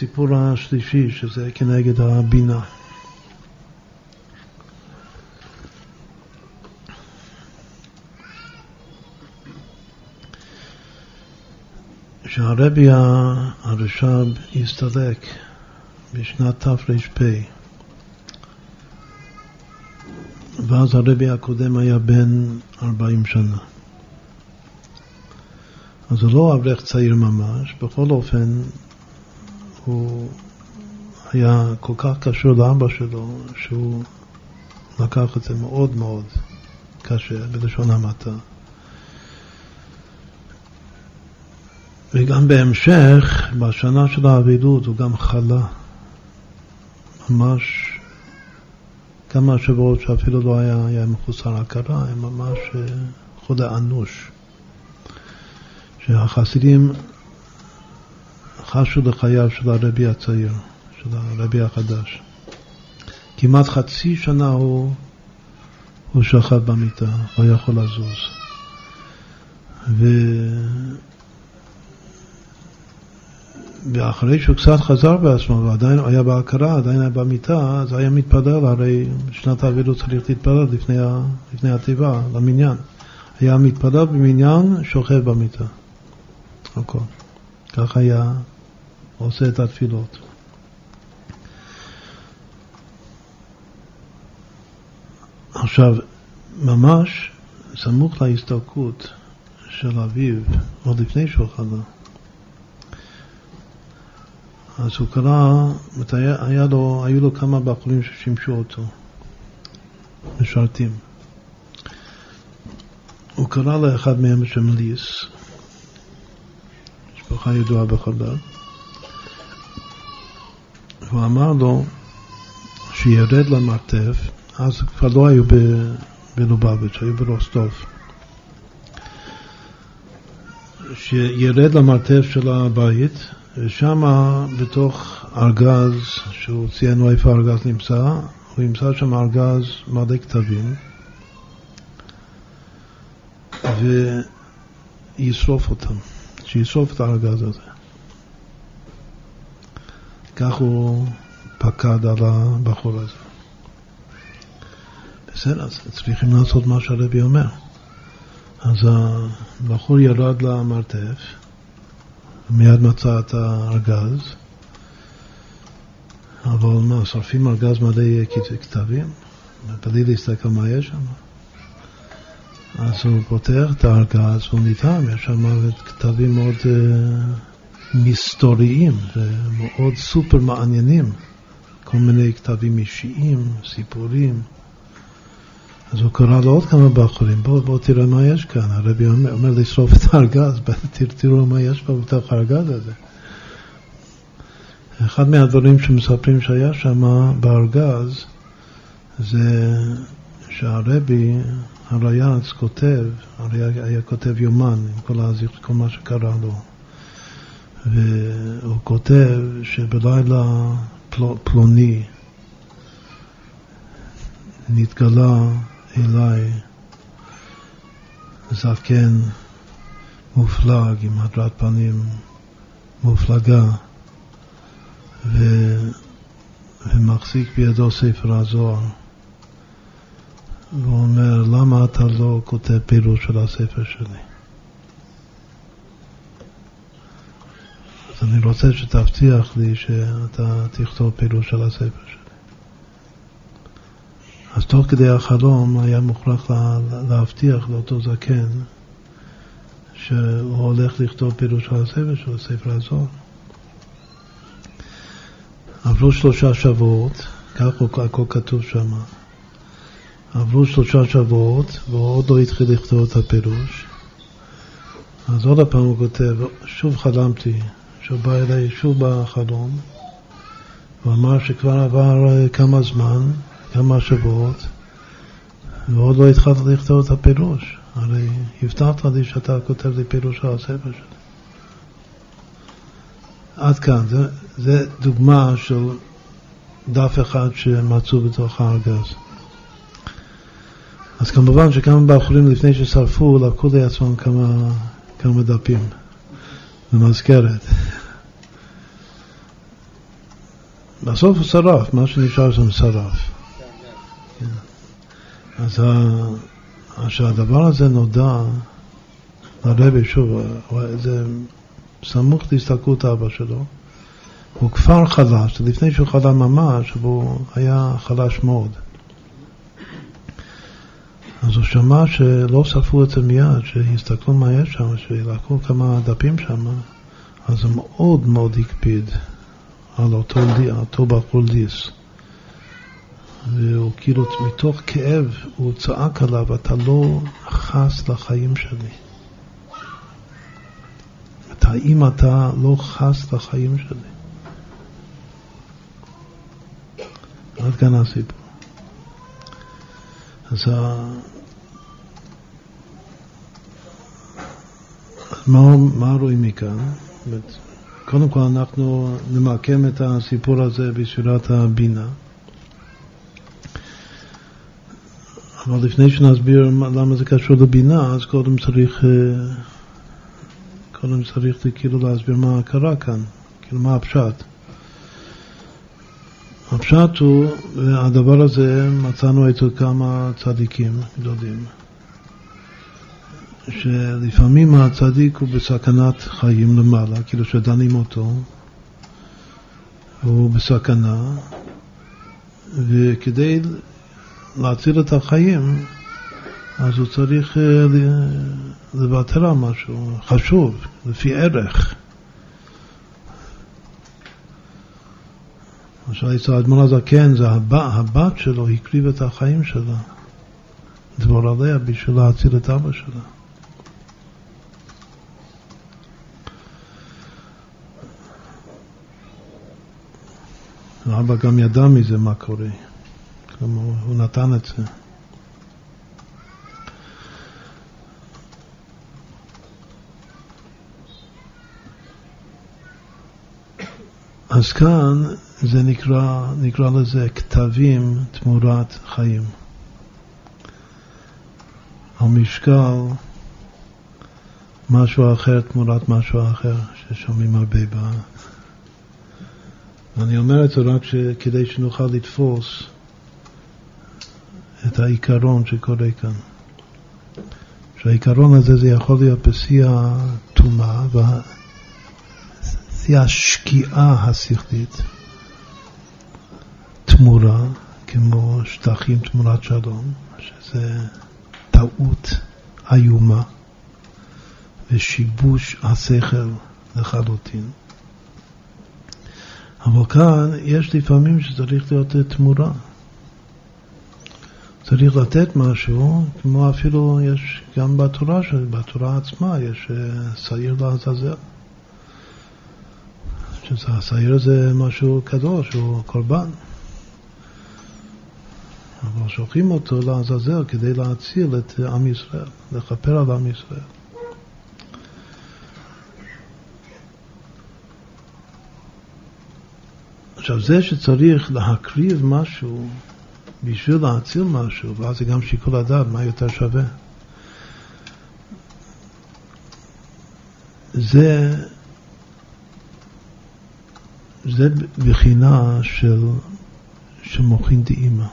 הסיפור השלישי, שזה כנגד הבינה. שהרבי הרש"ב הסתלק בשנת תר"פ, ואז הרבי הקודם היה בן 40 שנה. אז הוא לא אברך צעיר ממש, בכל אופן הוא היה כל כך קשור לאבא שלו, שהוא לקח את זה מאוד מאוד קשה, בלשון המעטה. וגם בהמשך, בשנה של האבילות, הוא גם חלה. ממש כמה שבועות שאפילו לא היה מחוסר הכרה, היה ממש חולה אנוש. שהחסידים חשו לחייו של הרבי הצעיר, של הרבי החדש. כמעט חצי שנה הוא שכב במיטה, לא יכול לזוז. ואחרי שהוא קצת חזר בעצמו, ועדיין היה בהכרה, עדיין היה במיטה, אז היה מתפלל, הרי שנת האבילות צריך להתפלל לפני הטבע, למניין. היה מתפלל במניין, שוכב במיטה. הכל. כך היה עושה את התפילות. עכשיו, ממש סמוך להסתלקות של אביו, עוד לפני שהוא חלה, אז הוא קרא, היו לו כמה בחורים ששימשו אותו, משרתים. הוא קרא לאחד מהם שמליס, משפחה ידועה בחב"ד, הוא אמר לו שירד למרתף, אז כבר לא היו בלובביץ', היו ברוסטוב, שירד למרתף של הבית, ושם בתוך ארגז, שהוא ציין לו איפה הארגז נמצא, הוא ימצא שם ארגז מלא כתבים, וישרוף אותם, שישרוף את הארגז הזה. כך הוא פקד על הבחור הזה. בסדר, אז צריכים לעשות מה שהרבי אומר. אז הבחור ירד למרתף, מיד מצא את הארגז, אבל מה, שורפים ארגז מלא כתבים? בלי להסתכל מה יש שם. אז הוא פותח את הארגז, הוא נטעם, יש שם כתבים מאוד מסתוריים ומאוד סופר מעניינים, כל מיני כתבים אישיים, סיפורים. אז הוא קרא לו עוד כמה בחורים, בוא תראה מה יש כאן. הרבי אומר לשרוף את הארגז, תראו מה יש פה בתוך הארגז הזה. אחד מהדברים שמספרים שהיה שם בארגז, זה שהרבי, הרייץ כותב, היה כותב יומן עם כל מה שקרה לו. והוא כותב שבלילה פלוני נתגלה אליי זקן מופלג עם הדרת פנים מופלגה ומחזיק בידו ספר הזוהר, והוא אומר, למה אתה לא כותב פירוש של הספר שלי? אז אני רוצה שתבטיח לי שאתה תכתוב פירוש של הספר שלי. אז תוך כדי החלום היה מוכרח להבטיח לאותו זקן שהוא הולך לכתוב פירוש של הספר של ספר הזוהר. עברו 3 שבועות, כך הכל כתוב שם. עברו 3 שבועות והוא עוד לא התחיל לכתוב את הפירוש. אז עוד הפעם הוא כותב, שוב חלמתי, שהוא בא אליי שוב בחלום, הוא אמר שכבר עבר כמה זמן, כמה שבועות, ועוד לא התחלת לכתוב את הפירוש. הרי הבטחת לי שאתה כותב לי פירוש על הספר שלי. עד כאן, זה דוגמה של דף אחד שמצאו בתוך הארגז. אז כמובן שכמה בחורים לפני ששרפו, לקחו לעצמם כמה דפים במזכרת. בסוף הוא שרף, מה שנשאר שם שרף. אז שהדבר הזה נודע לרבי, שוב, זה סמוך להסתכלות אבא שלו, הוא כבר חלש, לפני שהוא חלש ממש, הוא היה חלש מאוד. אז הוא שמע שלא ספרו את זה מיד, שהסתכלו מה יש שם, שלקחו כמה דפים שם, אז הוא מאוד מאוד הקפיד על אותו בחור ליס. והוא כאילו מתוך כאב, הוא צעק עליו, אתה לא חס לחיים שלי. אם אתה לא חס לחיים שלי. עד כאן הסיפור. אז מה רואים מכאן? קודם כל אנחנו נמקם את הסיפור הזה בספירת הבינה. אבל לפני שנסביר למה זה קשור לבינה, אז קודם צריך כאילו להסביר מה קרה כאן, כאילו מה הפשט. הפשט הוא, והדבר הזה מצאנו אצל כמה צדיקים גדולים, שלפעמים הצדיק הוא בסכנת חיים למעלה, כאילו שדנים אותו, הוא בסכנה, וכדי להציל את החיים, אז הוא צריך לוותר על משהו חשוב, לפי ערך. למשל, האדמו"ר הזקן, זה הבת שלו, הקריב את החיים שלה, דבור עליה בשביל להציל את אבא שלה. אבא גם ידע מזה מה קורה, כלומר, הוא נתן את זה. אז כאן זה נקרא לזה כתבים תמורת חיים. המשקל משהו אחר תמורת משהו אחר, ששומעים הרבה בה. אני אומר את זה רק כדי שנוכל לתפוס את העיקרון שקורה כאן. שהעיקרון הזה זה יכול להיות בשיא התומה בשיא השקיעה השכלית, תמורה, כמו שטחים תמורת שלום, שזה טעות איומה ושיבוש השכל לחלוטין. אבל כאן יש לפעמים שצריך להיות תמורה. צריך לתת משהו, כמו אפילו יש גם בתורה עצמה יש שעיר לעזאזל. שהשעיר זה משהו קדוש, הוא קורבן. אבל שולחים אותו לעזאזל כדי להציל את עם ישראל, לכפר על עם ישראל. עכשיו זה שצריך להקריב משהו בשביל להציל משהו, ואז זה גם שיקול הדעת, מה יותר שווה. זה בחינה של מוחין דאימא.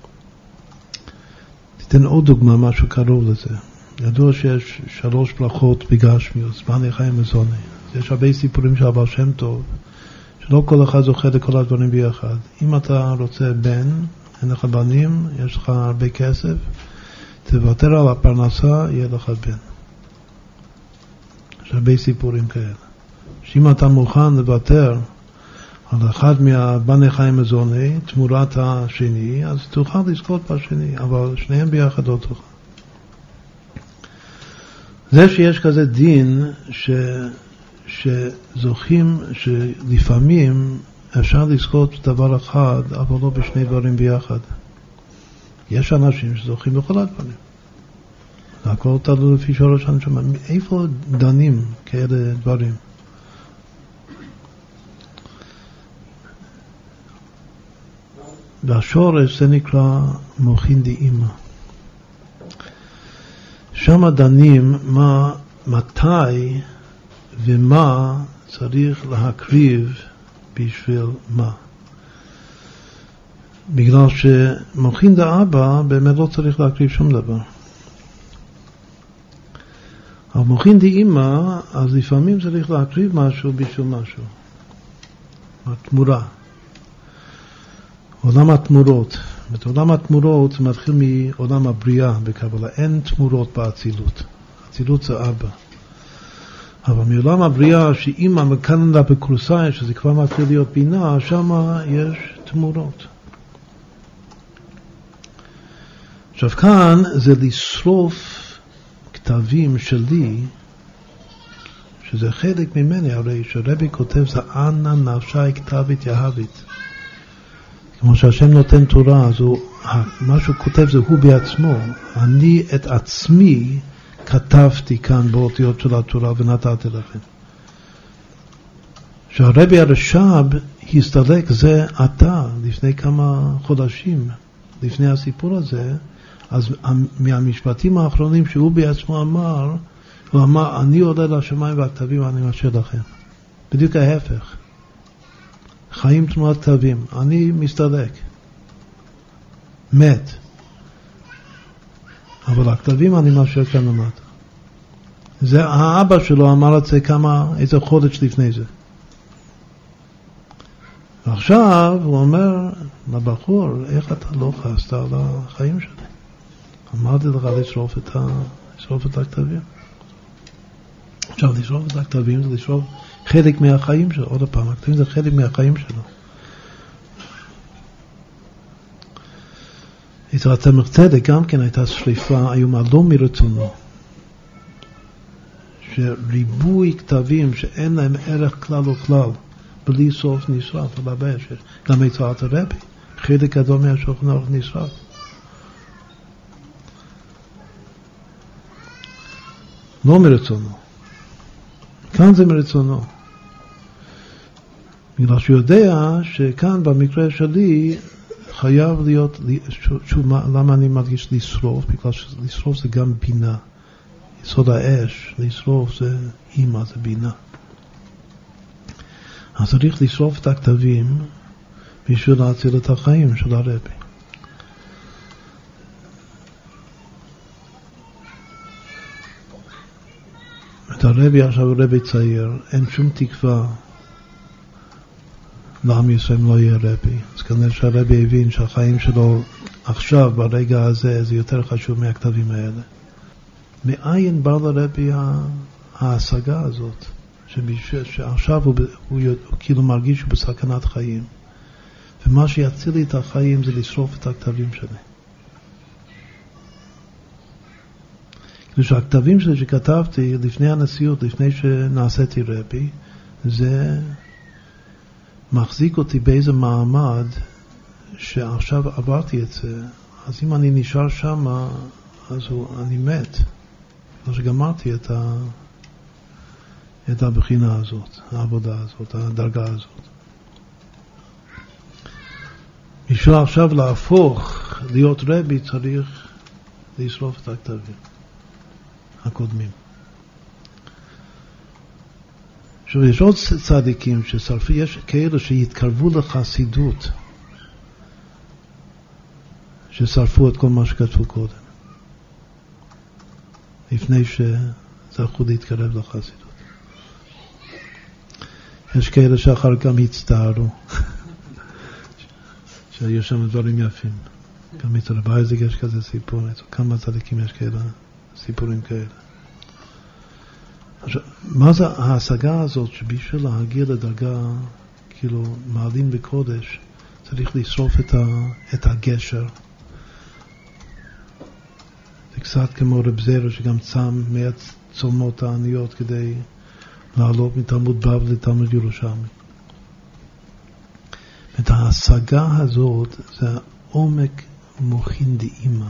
תיתן עוד דוגמה, משהו קרוב לזה. ידוע שיש 3 ברכות בגשמיוס, בני חיים וזוני. יש הרבה סיפורים של הבעל שם טוב, שלא כל אחד זוכה לכל הדברים ביחד. אם אתה רוצה בן, אין לך בנים, יש לך הרבה כסף, תוותר על הפרנסה, יהיה לך בן. יש הרבה סיפורים כאלה. שאם אתה מוכן לוותר על אחד מהבני חיים הזוני, תמורת השני, אז תוכל לזכות בשני, אבל שניהם ביחד לא תוכל. זה שיש כזה דין שזוכים, שלפעמים אפשר לזכות דבר אחד, אבל לא בשני דברים ביחד. יש אנשים שזוכים בכל הדברים. הכל תלוי לפי שורש הנשמה. איפה דנים כאלה דברים? והשורש זה נקרא מוחין דאימא. שם דנים מתי ומה צריך להקריב בשביל מה. בגלל שמוחין דאבא באמת לא צריך להקריב שום דבר. אבל מוחין דאמא, אז לפעמים צריך להקריב משהו בשביל משהו. התמורה. עולם התמורות. עולם התמורות זה מתחיל מעולם הבריאה בקבלה. אין תמורות באצילות. אצילות זה אבא. אבל מעולם הבריאה, שאמא מקנדה בקורסאי, שזה כבר מתחיל להיות בינה, שם יש תמורות. עכשיו כאן זה לשרוף כתבים שלי, שזה חלק ממני, הרי שרבי כותב זה אנא נפשי כתבית יהבית. כמו שהשם נותן תורה, אז מה שהוא כותב זה הוא בעצמו. אני את עצמי כתבתי כאן באותיות של התורה ונתתי לכם. שהרבי הרש"ב הסתלק זה עתה, לפני כמה חודשים, לפני הסיפור הזה, אז מהמשפטים האחרונים שהוא בעצמו אמר, הוא אמר, אני עולה לשמיים והכתבים אני משאיר לכם. בדיוק ההפך. חיים תמורת כתבים. אני מסתלק. מת. אבל הכתבים אני משאיר כאן למטה. זה האבא שלו אמר את זה איזה חודש לפני זה. ועכשיו הוא אומר לבחור, איך אתה לא חסת על החיים שלי? אמרתי לך לשרוף את הכתבים. עכשיו, לשרוף את הכתבים זה לשרוף חלק מהחיים שלו. עוד פעם, הכתבים זה חלק מהחיים שלו. אצל התמר צדק גם כן הייתה שריפה איומה לא מרצונו. שריבוי כתבים שאין להם ערך כלל וכלל, בלי סוף נשרף, אבל הבא גם אצלת הרבי, חלק גדול מהשולחן ערוך נשרף. לא מרצונו. כאן זה מרצונו. בגלל שהוא יודע שכאן במקרה שלי חייב להיות, למה אני מדגיש לשרוף? בגלל שלשרוף זה גם בינה. יסוד האש, לשרוף זה אימא, זה בינה. אז צריך לשרוף את הכתבים בשביל להציל את החיים של הרבי. את הרבי עכשיו רבי צעיר, אין שום תקווה לעם ישראל לא יהיה רבי. אז כנראה שהרבי הבין שהחיים שלו עכשיו, ברגע הזה, זה יותר חשוב מהכתבים האלה. מאין בא לרבי ההשגה הזאת? שעכשיו הוא כאילו מרגיש שהוא בסכנת חיים. ומה שיציל לי את החיים זה לשרוף את הכתבים שלי. כאילו שהכתבים שלי שכתבתי לפני הנשיאות, לפני שנעשיתי רבי, זה מחזיק אותי באיזה מעמד שעכשיו עברתי את זה. אז אם אני נשאר שם, אז אני מת. אז שגמרתי את הבחינה הזאת, העבודה הזאת, הדרגה הזאת. בשביל עכשיו להפוך, להיות רבי, צריך לשרוף את הכתבים הקודמים. עכשיו, יש עוד צדיקים ששרפו, יש כאלה שהתקרבו לחסידות, ששרפו את כל מה שכתבו קודם, לפני שזכו להתקרב לחסידות. יש כאלה שאחר כך הצטערו, שהיו שם דברים יפים. גם אצל רבי אייזיק יש כזה סיפור, כמה צדיקים יש כאלה, סיפורים כאלה. עכשיו, מה זה ההשגה הזאת שבשביל להגיע לדרגה, כאילו מעלים בקודש, צריך לשרוף את הגשר. זה קצת כמו רב זרע שגם צם מהצומות העניות כדי לעלות מתלמוד בבלי לתלמוד ירושלמי. את ההשגה הזאת זה עומק מוחין דאמא.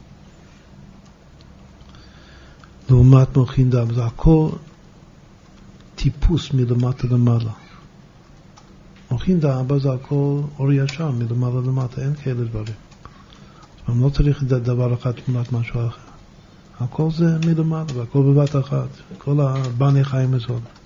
לעומת מוחין דאבא, זה הכל טיפוס מלמטה למעלה. מוחין דאבא זה הכל אור ישר מלמעלה למטה, אין כאלה דברים. לא צריך דבר אחד תמונת משהו אחר. הכל זה מלמעלה, והכל בבת אחת. כל הבני חיים הזאת.